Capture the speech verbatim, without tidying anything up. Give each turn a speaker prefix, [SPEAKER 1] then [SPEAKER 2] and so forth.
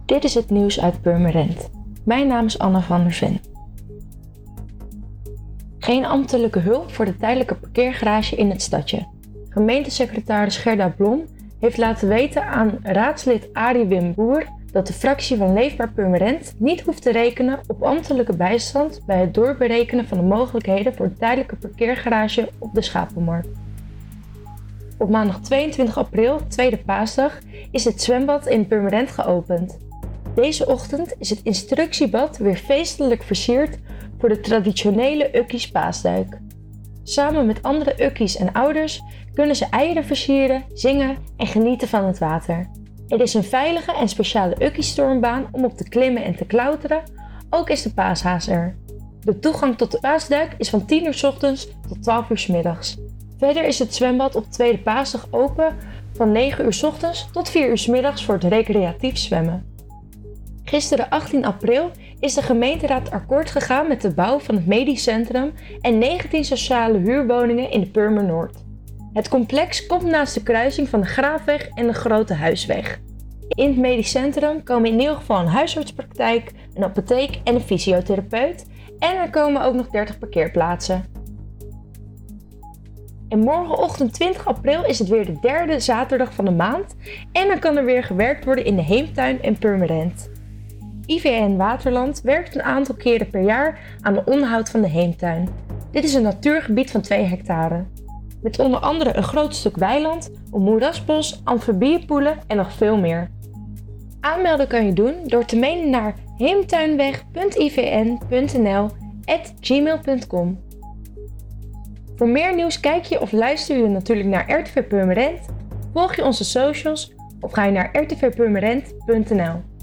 [SPEAKER 1] Dit is het nieuws uit Purmerend. Mijn naam is Anna van der Ven. Geen ambtelijke hulp voor de tijdelijke parkeergarage in het stadje. Gemeentesecretaris Gerda Blom heeft laten weten aan raadslid Arie Wim Boer dat de fractie van Leefbaar Purmerend niet hoeft te rekenen op ambtelijke bijstand bij het doorberekenen van de mogelijkheden voor een tijdelijke parkeergarage op de Schapenmarkt. Op maandag tweeëntwintig april, tweede paasdag, is het zwembad in Purmerend geopend. Deze ochtend is het instructiebad weer feestelijk versierd voor de traditionele Ukkies paasduik. Samen met andere Ukkies en ouders kunnen ze eieren versieren, zingen en genieten van het water. Er is een veilige en speciale Ukkies-stormbaan om op te klimmen en te klauteren, ook is de paashaas er. De toegang tot de paasduik is van tien uur 's ochtends tot twaalf uur 's middags. Verder is het zwembad op tweede paasdag open van negen uur 's ochtends tot vier uur 's middags voor het recreatief zwemmen. Gisteren achttien april is de gemeenteraad akkoord gegaan met de bouw van het medisch centrum en negentien sociale huurwoningen in de Purmer-Noord. Het complex komt naast de kruising van de Graafweg en de Grote Huisweg. In het medisch centrum komen in ieder geval een huisartspraktijk, een apotheek en een fysiotherapeut en er komen ook nog dertig parkeerplaatsen. En morgenochtend twintig april is het weer de derde zaterdag van de maand en dan kan er weer gewerkt worden in de Heemtuin en Purmerend. I V N Waterland werkt een aantal keren per jaar aan de onderhoud van de Heemtuin. Dit is een natuurgebied van twee hectare. Met onder andere een groot stuk weiland, een moerasbos, amfibiepoelen en nog veel meer. Aanmelden kan je doen door te mailen naar heemtuinweg punt i v n punt n l at gmail punt com. Voor meer nieuws kijk je of luister je natuurlijk naar R T V Purmerend, volg je onze socials of ga je naar r t v purmerend punt n l.